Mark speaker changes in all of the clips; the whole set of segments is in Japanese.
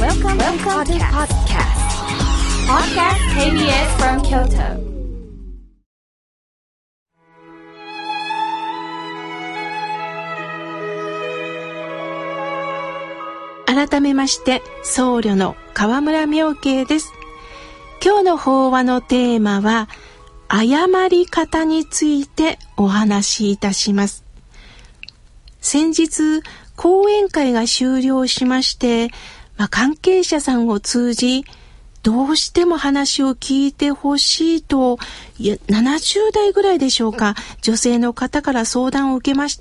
Speaker 1: Welcome to podcast. Podcast KBS from Kyoto.
Speaker 2: 改めまして僧侶の河村妙慶です。今日の法話のテーマは謝り方についてお話しいたします。先日講演会が終了しまして、関係者さんを通じどうしても話を聞いてほしいと70代ぐらいでしょうか、女性の方から相談を受けました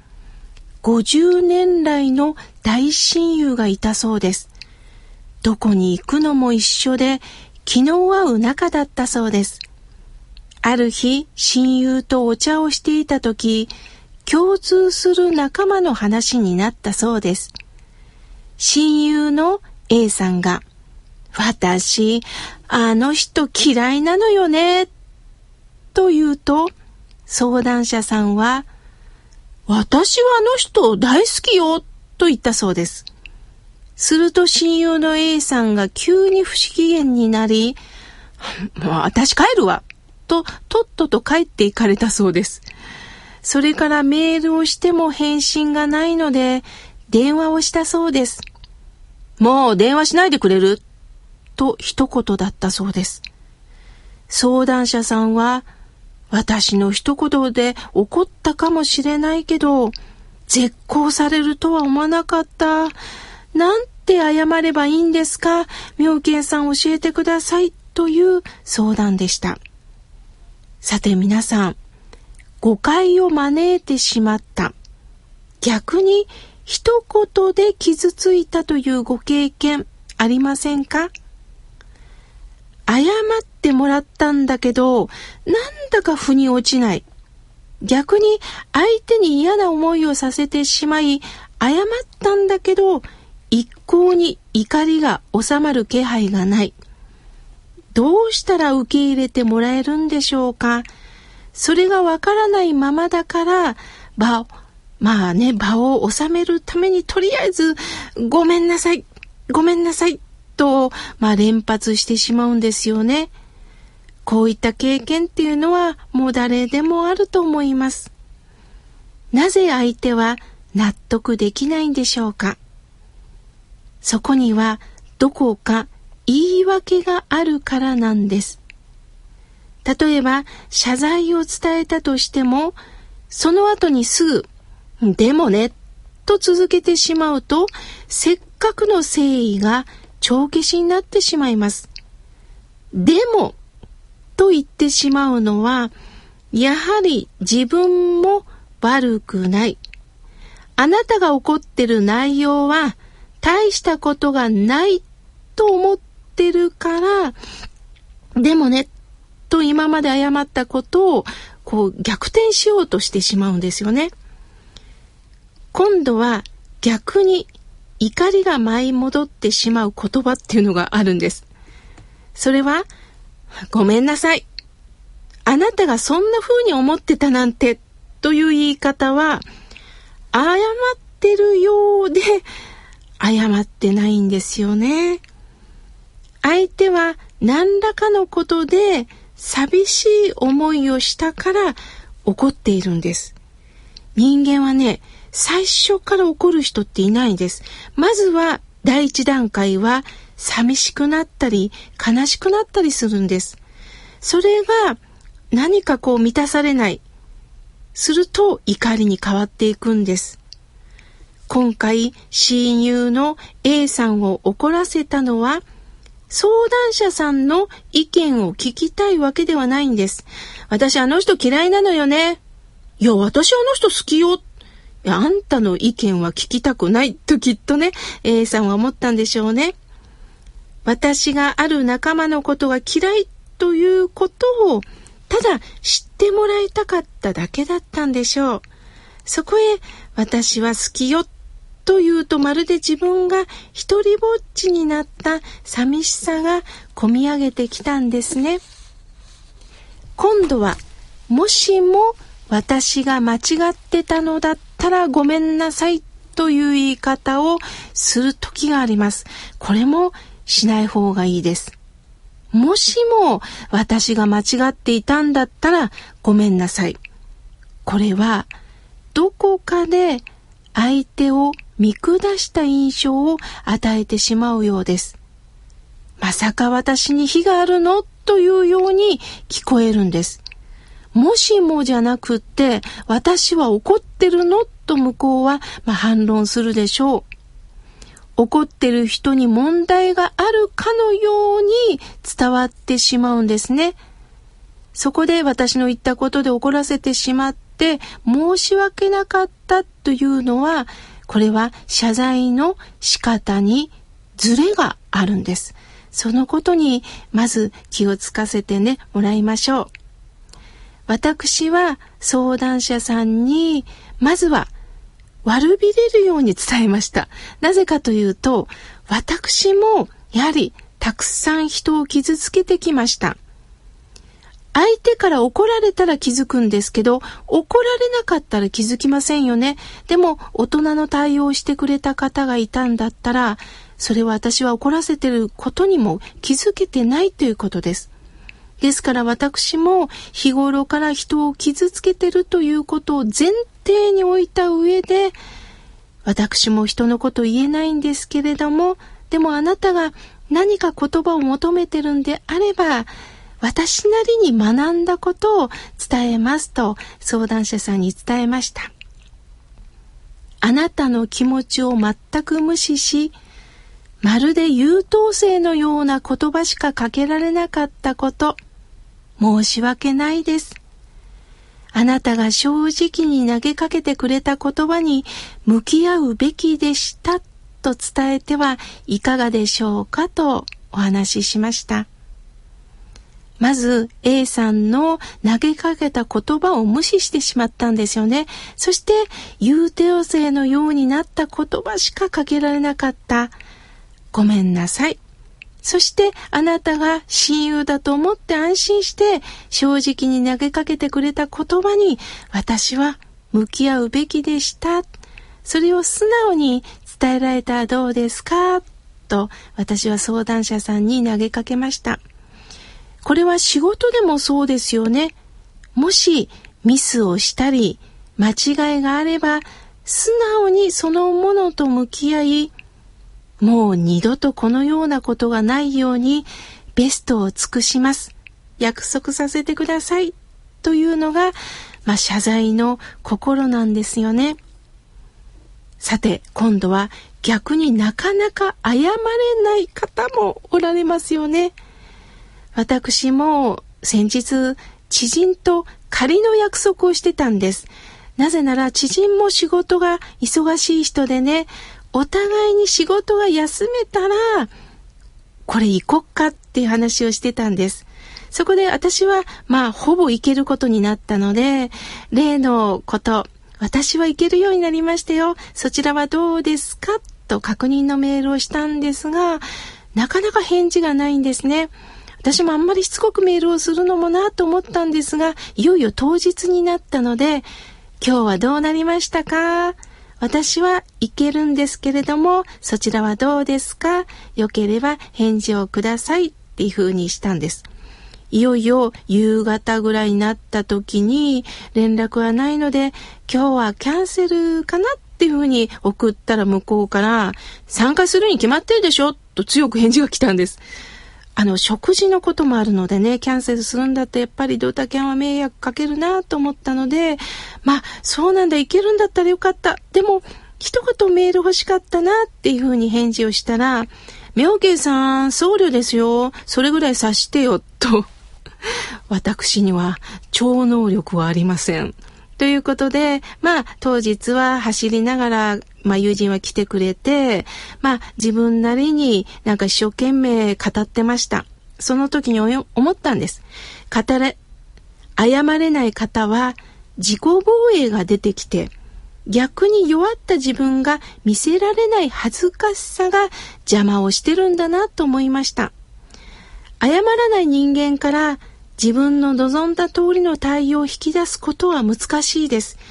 Speaker 2: 。50年来の大親友がいたそうです。どこに行くのも一緒で気の合う仲だったそうです。ある日親友とお茶をしていた時、共通する仲間の話になったそうです。親友の A さんが、私あの人嫌いなのよねと言うと、相談者さんは、私はあの人大好きよと言ったそうです。すると親友の A さんが急に不機嫌になり、もう私帰るわととっとと帰って行かれたそうです。それからメールをしても返信がないので電話をしたそうです。もう電話しないでくれると一言だったそうです。相談者さんは、私の一言で怒ったかもしれないけど、絶交されるとは思わなかった。なんて謝ればいいんですか？妙慶さん教えてくださいという相談でした。さて皆さん、誤解を招いてしまった。逆に一言で傷ついたというご経験ありませんか？謝ってもらったんだけど、なんだか腑に落ちない。逆に相手に嫌な思いをさせてしまい、謝ったんだけど、一向に怒りが収まる気配がない。どうしたら受け入れてもらえるんでしょうか。それがわからないままだから、場を収めるためにとりあえず、ごめんなさいと、連発してしまうんですよね。こういった経験っていうのはもう誰でもあると思います。なぜ相手は納得できないんでしょうか。そこにはどこか言い訳があるからなんです。例えば謝罪を伝えたとしても、その後にすぐでもねと続けてしまうと、せっかくの誠意が帳消しになってしまいます。でもと言ってしまうのは、やはり自分も悪くない。あなたが怒ってる内容は大したことがないと思ってるから、でもねと今まで謝ったことを逆転しようとしてしまうんですよね。今度は逆に怒りが舞い戻ってしまう言葉っていうのがあるんです。それは、ごめんなさい。あなたがそんな風に思ってたなんてという言い方は、謝ってるようで謝ってないんですよね。相手は何らかのことで寂しい思いをしたから怒っているんです。人間はね、最初から怒る人っていないんです。まずは第一段階は寂しくなったり悲しくなったりするんです。それが何か満たされない。すると怒りに変わっていくんです。今回親友の A さんを怒らせたのは、相談者さんの意見を聞きたいわけではないんです。私あの人嫌いなのよね。いや私あの人好きよ。あんたの意見は聞きたくないときっとね、A さんは思ったんでしょうね。私がある仲間のことが嫌いということをただ知ってもらいたかっただけだったんでしょう。そこへ私は好きよと言うと、まるで自分が一人ぼっちになった寂しさがこみ上げてきたんですね。今度はもしも私が間違ってたのだったらごめんなさいという言い方をする時があります。これもしない方がいいです。もしも私が間違っていたんだったらごめんなさい。これはどこかで相手を見下した印象を与えてしまうようです。まさか私に非があるのというように聞こえるんです。もしもじゃなくって私は怒ってるのと向こうは反論するでしょう。怒ってる人に問題があるかのように伝わってしまうんですね。そこで私の言ったことで怒らせてしまって申し訳なかったというのは、これは謝罪の仕方にズレがあるんです。そのことにまず気をつかせてもらいましょう。私は相談者さんにまずは悪びれるように伝えました。なぜかというと、私もやはりたくさん人を傷つけてきました。相手から怒られたら気づくんですけど、怒られなかったら気づきませんよね。でも大人の対応をしてくれた方がいたんだったら、それは私は怒らせてることにも気づけてないということです。ですから私も日頃から人を傷つけてるということを前提に置いた上で、私も人のこと言えないんですけれども、でもあなたが何か言葉を求めてるんであれば、私なりに学んだことを伝えますと相談者さんに伝えました。あなたの気持ちを全く無視し、まるで優等生のような言葉しかかけられなかったこと、申し訳ないです。あなたが正直に投げかけてくれた言葉に向き合うべきでしたと伝えてはいかがでしょうかとお話ししました。まず A さんの投げかけた言葉を無視してしまったんですよね。そして優等生のようになった言葉しかかけられなかった。ごめんなさい。そしてあなたが親友だと思って安心して正直に投げかけてくれた言葉に私は向き合うべきでした。それを素直に伝えられたらどうですかと私は相談者さんに投げかけました。これは仕事でもそうですよね。もしミスをしたり間違いがあれば素直にそのものと向き合い、もう二度とこのようなことがないようにベストを尽くします。約束させてください。というのが、謝罪の心なんですよね。さて、今度は逆になかなか謝れない方もおられますよね。私も先日、知人と仮の約束をしてたんです。なぜなら知人も仕事が忙しい人でね、お互いに仕事が休めたらこれ行こっかっていう話をしてたんです。そこで私はほぼ行けることになったので、例のこと私は行けるようになりましたよ、そちらはどうですかと確認のメールをしたんですが、なかなか返事がないんですね。私もあんまりしつこくメールをするのもなと思ったんですが、いよいよ当日になったので、今日はどうなりましたか？私は行けるんですけれども、そちらはどうですか？よければ返事をくださいっていう風にしたんです。いよいよ夕方ぐらいになった時に連絡はないので、今日はキャンセルかなっていう風に送ったら向こうから参加するに決まってるでしょと強く返事が来たんです。食事のこともあるのでね、キャンセルするんだってやっぱりドタキャンは迷惑かけるなと思ったので、そうなんだ、いけるんだったらよかった。でも一言メール欲しかったなっていうふうに返事をしたら、妙慶さん送料ですよ、それぐらい察してよと私には超能力はありませんということで、当日は走りながら友人は来てくれて、自分なりに一生懸命語ってました。その時に思ったんです。謝れない方は自己防衛が出てきて、逆に弱った自分が見せられない恥ずかしさが邪魔をしてるんだなと思いました。謝らない人間から自分の望んだ通りの対応を引き出すことは難しいです。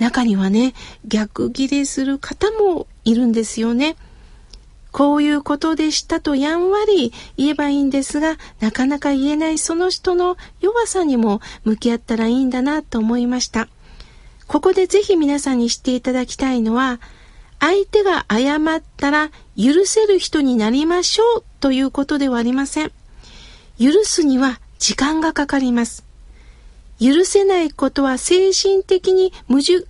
Speaker 2: 中にはね、逆ギレする方もいるんですよね。こういうことでしたとやんわり言えばいいんですが、なかなか言えないその人の弱さにも向き合ったらいいんだなと思いました。ここでぜひ皆さんに知っていただきたいのは、相手が謝ったら許せる人になりましょうということではありません。許すには時間がかかります。許せないことは精神的に未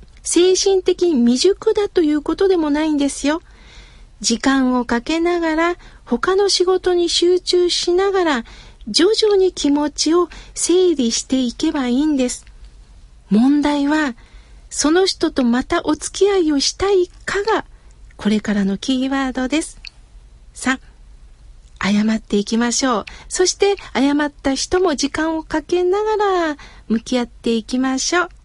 Speaker 2: 熟だということでもないんですよ。時間をかけながら、他の仕事に集中しながら、徐々に気持ちを整理していけばいいんです。問題は、その人とまたお付き合いをしたいかが、これからのキーワードです。さあ、謝っていきましょう。そして、謝った人も時間をかけながら向き合っていきましょう。